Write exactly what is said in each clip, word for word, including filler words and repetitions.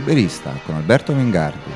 Liberista con Alberto Mingardi.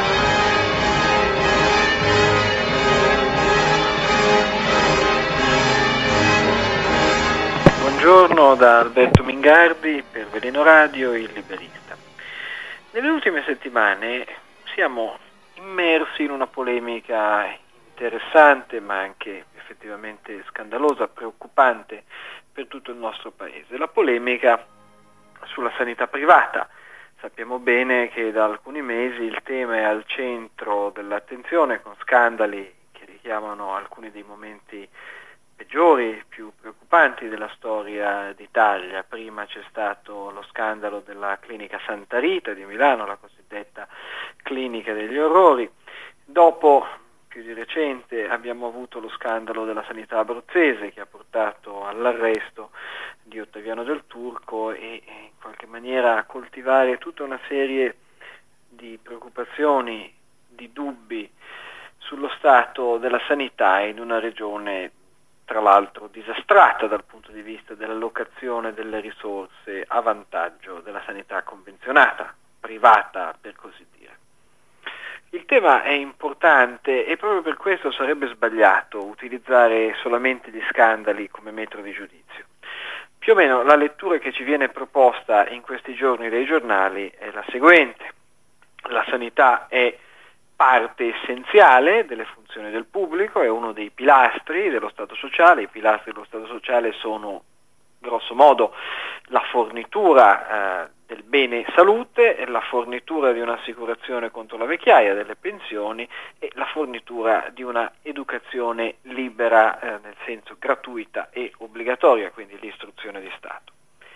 Buongiorno da Alberto Mingardi per Veleno Radio, il Liberista. Nelle ultime settimane siamo immersi in una polemica interessante ma anche effettivamente scandalosa, preoccupante per tutto il nostro paese. La polemica sulla sanità privata. Sappiamo bene che da alcuni mesi il tema è al centro dell'attenzione, con scandali che richiamano alcuni dei momenti peggiori, più preoccupanti della storia d'Italia. Prima c'è stato lo scandalo della clinica Santa Rita di Milano, la cosiddetta clinica degli orrori. Dopo, più di recente, abbiamo avuto lo scandalo della sanità abruzzese che ha portato all'arresto di Ottaviano Del Turco e in qualche maniera a coltivare tutta una serie di preoccupazioni, di dubbi sullo stato della sanità in una regione tra l'altro disastrata dal punto di vista dell'allocazione delle risorse a vantaggio della sanità convenzionata, privata per così dire. Il tema è importante e proprio per questo sarebbe sbagliato utilizzare solamente gli scandali come metro di giudizio. Più o meno la lettura che ci viene proposta in questi giorni dai giornali è la seguente: la sanità è parte essenziale delle funzioni del pubblico, è uno dei pilastri dello Stato sociale. I pilastri dello Stato sociale sono grosso modo la fornitura eh, del bene salute, la fornitura di un'assicurazione contro la vecchiaia, delle pensioni e la fornitura di una educazione libera, eh, nel senso gratuita e obbligatoria, quindi l'istruzione di Stato.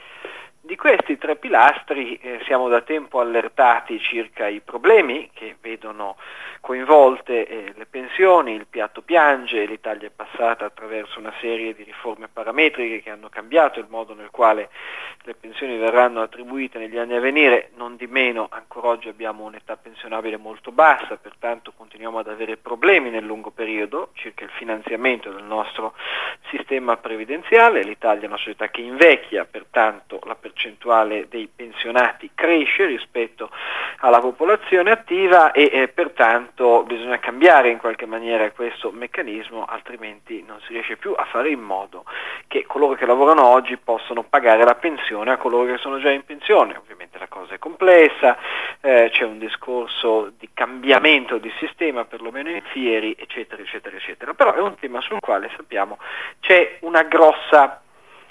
Di questi tre pilastri eh, siamo da tempo allertati circa i problemi che vedono coinvolte eh, le pensioni. Il piatto piange, l'Italia è passata attraverso una serie di riforme parametriche che hanno cambiato il modo nel quale le pensioni verranno attribuite negli anni a venire. Non di meno, ancora oggi abbiamo un'età pensionabile molto bassa, pertanto continuiamo ad avere problemi nel lungo periodo circa il finanziamento del nostro sistema previdenziale. L'Italia è una società che invecchia, pertanto la percentuale dei pensionati cresce rispetto alla popolazione attiva e eh, pertanto bisogna cambiare in qualche maniera questo meccanismo, altrimenti non si riesce più a fare in modo che coloro che lavorano oggi possano pagare la pensione a coloro che sono già in pensione. Ovviamente la cosa è complessa, eh, c'è un discorso di cambiamento di sistema, perlomeno in fieri, eccetera, eccetera, eccetera. Però è un tema sul quale sappiamo c'è una grossa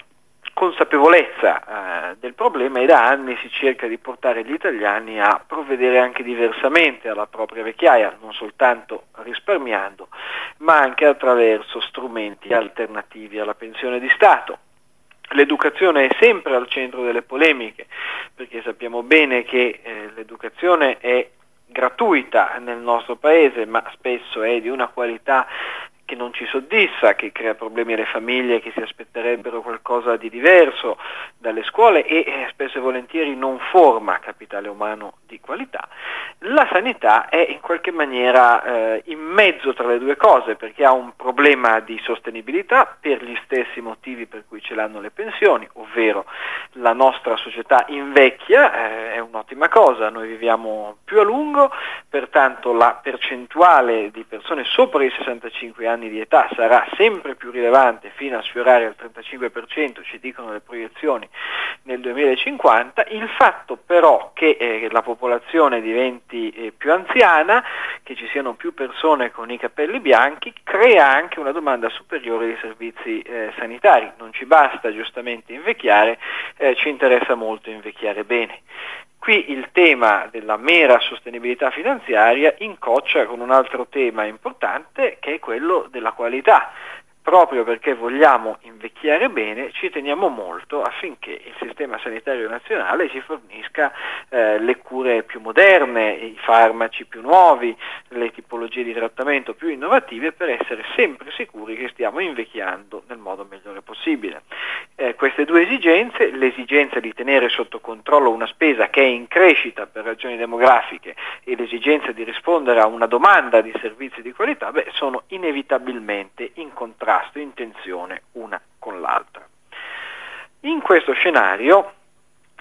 consapevolezza eh, del problema e da anni si cerca di portare gli italiani a provvedere anche diversamente alla propria vecchiaia, non soltanto risparmiando, ma anche attraverso strumenti alternativi alla pensione di Stato. L'educazione è sempre al centro delle polemiche, perché sappiamo bene che eh, l'educazione è gratuita nel nostro paese, ma spesso è di una qualità che non ci soddisfa, che crea problemi alle famiglie che si aspetterebbero qualcosa di diverso dalle scuole e eh, spesso e volentieri non forma capitale umano di qualità. La sanità è in qualche maniera eh, in mezzo tra le due cose, perché ha un problema di sostenibilità per gli stessi motivi per cui ce l'hanno le pensioni, ovvero la nostra società invecchia, eh, è un'ottima cosa, noi viviamo più a lungo, pertanto la percentuale di persone sopra i sessantacinque anni di età sarà sempre più rilevante fino a sfiorare il trentacinque per cento, ci dicono le proiezioni nel duemilacinquanta. Il fatto però che eh, la popolazione diventi eh, più anziana, che ci siano più persone con i capelli bianchi, crea anche una domanda superiore di servizi eh, sanitari. Non ci basta giustamente invecchiare, eh, ci interessa molto invecchiare bene. Qui il tema della mera sostenibilità finanziaria incoccia con un altro tema importante, che è quello della qualità. Proprio perché vogliamo invecchiare bene, ci teniamo molto affinché il sistema sanitario nazionale ci fornisca eh, le cure più moderne, i farmaci più nuovi, le tipologie di trattamento più innovative, per essere sempre sicuri che stiamo invecchiando nel modo migliore possibile. Eh, queste due esigenze, l'esigenza di tenere sotto controllo una spesa che è in crescita per ragioni demografiche e l'esigenza di rispondere a una domanda di servizi di qualità, beh, sono inevitabilmente in contrasto, in tensione una con l'altra. In questo scenario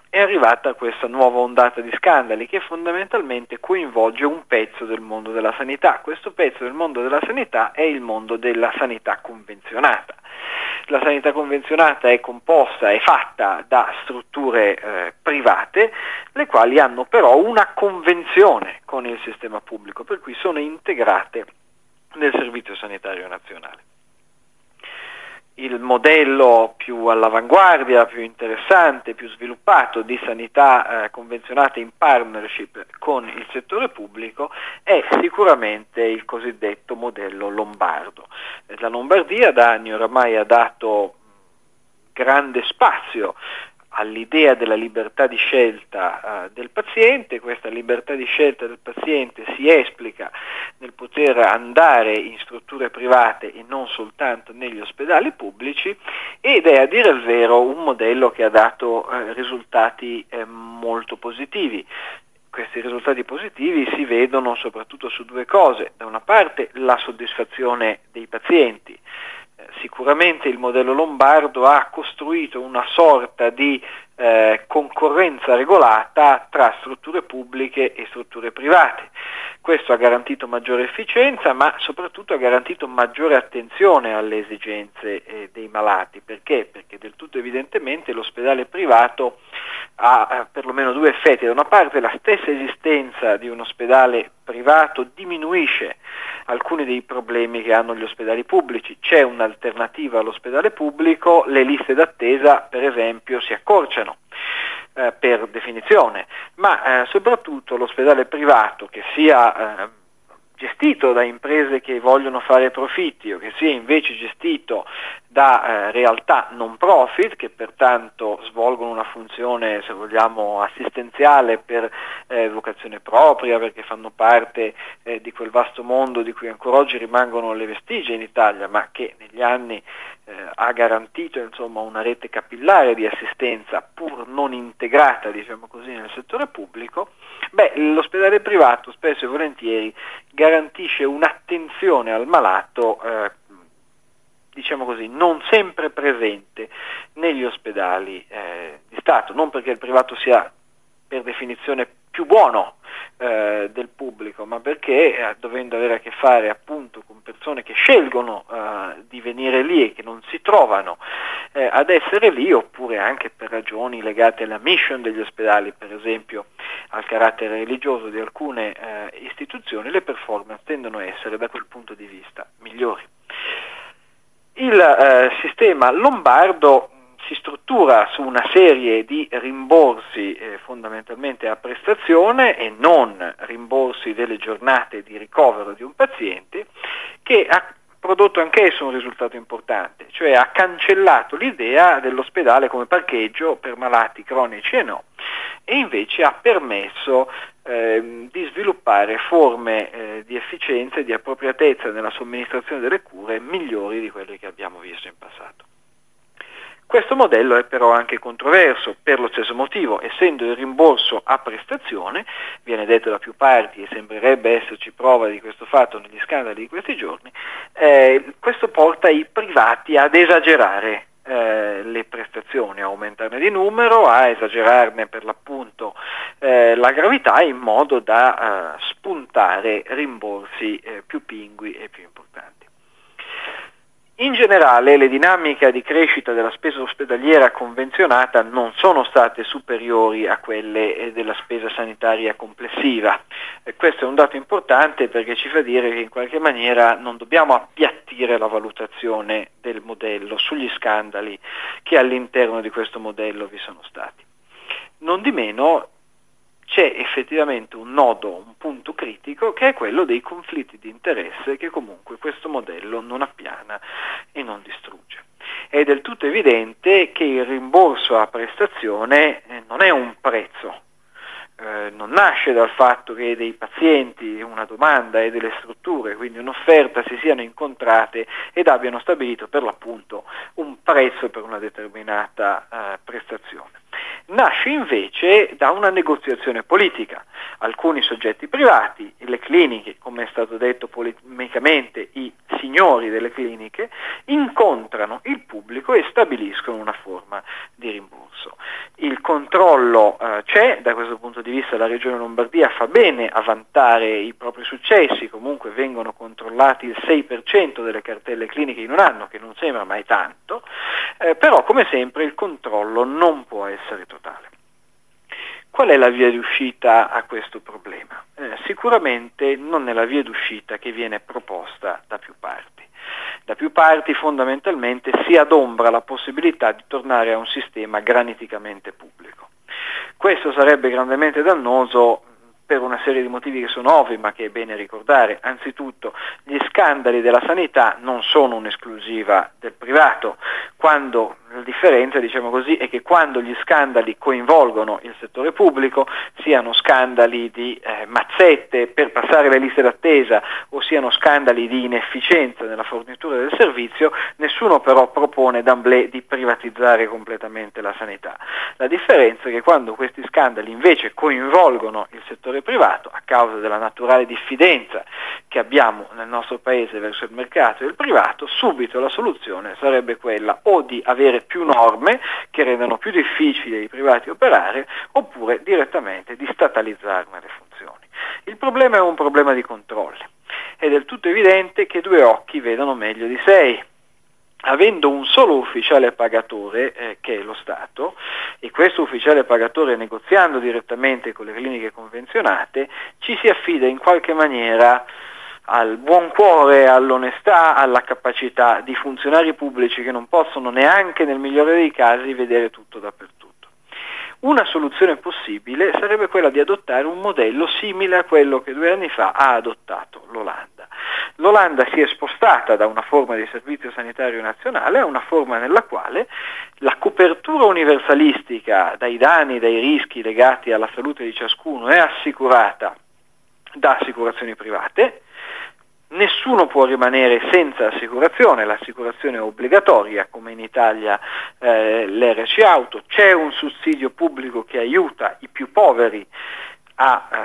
è arrivata questa nuova ondata di scandali che fondamentalmente coinvolge un pezzo del mondo della sanità. Questo pezzo del mondo della sanità è il mondo della sanità convenzionata. La sanità convenzionata è composta, è fatta da strutture eh, private, le quali hanno però una convenzione con il sistema pubblico, per cui sono integrate nel Servizio Sanitario Nazionale. Il modello più all'avanguardia, più interessante, più sviluppato di sanità eh, convenzionata in partnership con il settore pubblico è sicuramente il cosiddetto modello lombardo. La Lombardia da anni oramai ha dato grande spazio all'idea della libertà di scelta uh, del paziente. Questa libertà di scelta del paziente si esplica nel poter andare in strutture private e non soltanto negli ospedali pubblici, ed è a dire il vero un modello che ha dato uh, risultati uh, molto positivi. Questi risultati positivi si vedono soprattutto su due cose: da una parte la soddisfazione dei pazienti. Sicuramente il modello lombardo ha costruito una sorta di eh, concorrenza regolata tra strutture pubbliche e strutture private. Questo ha garantito maggiore efficienza, ma soprattutto ha garantito maggiore attenzione alle esigenze eh, dei malati. Perché? Perché del tutto evidentemente l'ospedale privato ha eh, perlomeno due effetti. Da una parte la stessa esistenza di un ospedale privato diminuisce alcuni dei problemi che hanno gli ospedali pubblici. C'è un'alternativa all'ospedale pubblico, le liste d'attesa per esempio si accorciano eh, per definizione, ma eh, soprattutto l'ospedale privato, che sia eh, gestito da imprese che vogliono fare profitti o che sia invece gestito da eh, realtà non profit, che pertanto svolgono una funzione, se vogliamo, assistenziale per eh, vocazione propria, perché fanno parte eh, di quel vasto mondo di cui ancora oggi rimangono le vestigia in Italia, ma che negli anni eh, ha garantito insomma una rete capillare di assistenza pur non integrata, diciamo così, nel settore pubblico. Beh, l'ospedale privato spesso e volentieri garantisce un'attenzione al malato eh, diciamo così, non sempre presente negli ospedali eh, di Stato, non perché il privato sia per definizione più buono eh, del pubblico, ma perché eh, dovendo avere a che fare appunto con persone che scelgono eh, di venire lì e che non si trovano eh, ad essere lì, oppure anche per ragioni legate alla mission degli ospedali, per esempio al carattere religioso di alcune eh, istituzioni, le performance tendono a essere da quel punto di vista migliori. Il eh, sistema lombardo si struttura su una serie di rimborsi eh, fondamentalmente a prestazione e non rimborsi delle giornate di ricovero di un paziente, che ha prodotto anch'esso un risultato importante, cioè ha cancellato l'idea dell'ospedale come parcheggio per malati cronici e no, e invece ha permesso eh, di sviluppare forme eh, di efficienza e di appropriatezza nella somministrazione delle cure migliori di quelle che abbiamo visto in passato. Questo modello è però anche controverso per lo stesso motivo: essendo il rimborso a prestazione, viene detto da più parti e sembrerebbe esserci prova di questo fatto negli scandali di questi giorni, eh, questo porta i privati ad esagerare eh, le prestazioni, a aumentarne di numero, a esagerarne per l'appunto eh, la gravità, in modo da eh, spuntare rimborsi eh, più pingui e più importanti. In generale le dinamiche di crescita della spesa ospedaliera convenzionata non sono state superiori a quelle della spesa sanitaria complessiva. E questo è un dato importante, perché ci fa dire che in qualche maniera non dobbiamo appiattire la valutazione del modello sugli scandali che all'interno di questo modello vi sono stati. Non di meno c'è effettivamente un nodo, un punto critico, che è quello dei conflitti di interesse che comunque questo modello non appiana e non distrugge. È del tutto evidente che il rimborso a prestazione eh, non è un prezzo, eh, non nasce dal fatto che dei pazienti, una domanda e delle strutture, quindi un'offerta, si siano incontrate ed abbiano stabilito per l'appunto un prezzo per una determinata eh, prestazione. Nasce invece da una negoziazione politica. Alcuni soggetti privati, le cliniche, come è stato detto polemicamente, i signori delle cliniche, incontrano il pubblico e stabiliscono una forma di rimborso. diverso. Il controllo eh, c'è, da questo punto di vista la Regione Lombardia fa bene a vantare i propri successi, comunque vengono controllati il sei per cento delle cartelle cliniche in un anno, che non sembra mai tanto, eh, però come sempre il controllo non può essere totale. Qual è la via di uscita a questo problema? Eh, sicuramente non è la via d'uscita che viene proposta da più parti. Da più parti fondamentalmente si adombra la possibilità di tornare a un sistema graniticamente pubblico. Questo sarebbe grandemente dannoso per una serie di motivi che sono ovvi, ma che è bene ricordare. Anzitutto, gli scandali della sanità non sono un'esclusiva del privato. Quando, la differenza, diciamo così, è che quando gli scandali coinvolgono il settore pubblico, siano scandali di eh, mazzette per passare le liste d'attesa o siano scandali di inefficienza nella fornitura del servizio, nessuno però propone d'emblée di privatizzare completamente la sanità. La differenza è che quando questi scandali invece coinvolgono il settore privato, a causa della naturale diffidenza che abbiamo nel nostro paese verso il mercato e il privato, subito la soluzione sarebbe quella o di avere più norme che rendano più difficile ai privati operare, oppure direttamente di statalizzarne le funzioni. Il problema è un problema di controlli. È del tutto evidente che due occhi vedono meglio di sei. Avendo un solo ufficiale pagatore, eh, che è lo Stato, e questo ufficiale pagatore negoziando direttamente con le cliniche convenzionate, ci si affida in qualche maniera al buon cuore, all'onestà, alla capacità di funzionari pubblici che non possono neanche nel migliore dei casi vedere tutto dappertutto. Una soluzione possibile sarebbe quella di adottare un modello simile a quello che due anni fa ha adottato l'Olanda. L'Olanda si è spostata da una forma di servizio sanitario nazionale a una forma nella quale la copertura universalistica dai danni, dai rischi legati alla salute di ciascuno è assicurata da assicurazioni private. Nessuno può rimanere senza assicurazione, l'assicurazione è obbligatoria, come in Italia eh, l'R C auto, c'è un sussidio pubblico che aiuta i più poveri a eh,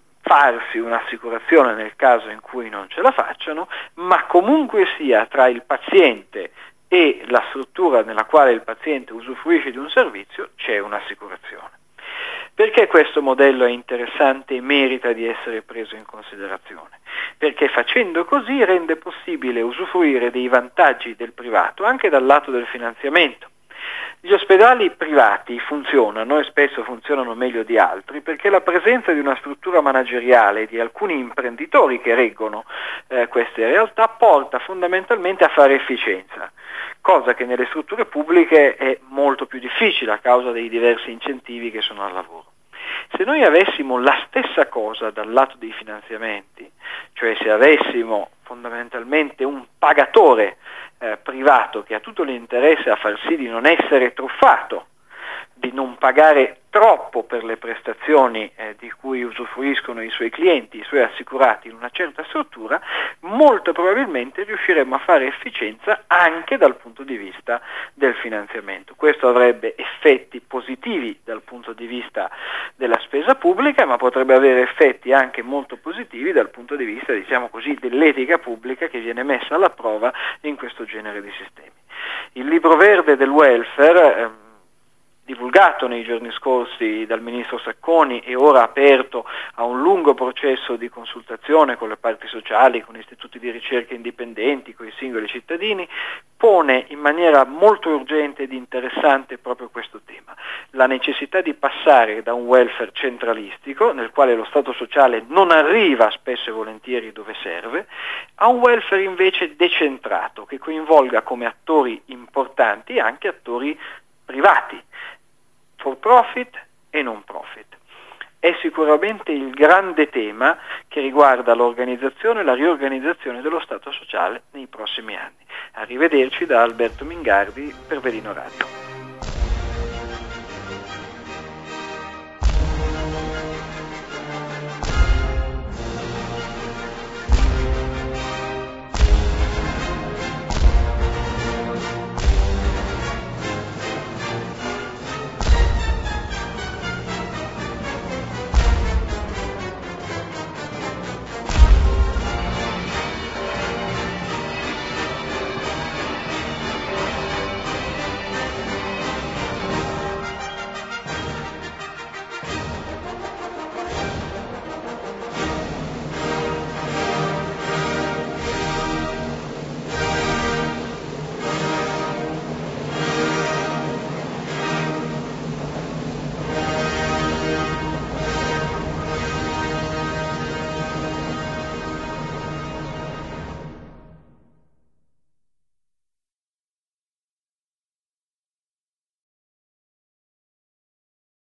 farsi un'assicurazione nel caso in cui non ce la facciano, ma comunque sia tra il paziente e la struttura nella quale il paziente usufruisce di un servizio c'è un'assicurazione. Perché questo modello è interessante e merita di essere preso in considerazione? Perché facendo così rende possibile usufruire dei vantaggi del privato anche dal lato del finanziamento. Gli ospedali privati funzionano e spesso funzionano meglio di altri perché la presenza di una struttura manageriale di alcuni imprenditori che reggono eh, queste realtà porta fondamentalmente a fare efficienza, cosa che nelle strutture pubbliche è molto più difficile a causa dei diversi incentivi che sono al lavoro. Se noi avessimo la stessa cosa dal lato dei finanziamenti, cioè se avessimo fondamentalmente un pagatore eh, privato che ha tutto l'interesse a far sì di non essere truffato, di non pagare troppo per le prestazioni eh, di cui usufruiscono i suoi clienti, i suoi assicurati in una certa struttura, molto probabilmente riusciremmo a fare efficienza anche dal punto di vista del finanziamento. Questo avrebbe effetti positivi dal punto di vista della spesa pubblica, ma potrebbe avere effetti anche molto positivi dal punto di vista, diciamo così, dell'etica pubblica che viene messa alla prova in questo genere di sistemi. Il libro verde del welfare, eh, divulgato nei giorni scorsi dal ministro Sacconi e ora aperto a un lungo processo di consultazione con le parti sociali, con istituti di ricerca indipendenti, con i singoli cittadini, pone in maniera molto urgente ed interessante proprio questo tema, la necessità di passare da un welfare centralistico, nel quale lo Stato sociale non arriva spesso e volentieri dove serve, a un welfare invece decentrato, che coinvolga come attori importanti anche attori privati, for profit e non profit. È sicuramente il grande tema che riguarda l'organizzazione e la riorganizzazione dello Stato sociale nei prossimi anni. Arrivederci da Alberto Mingardi per Velino Radio.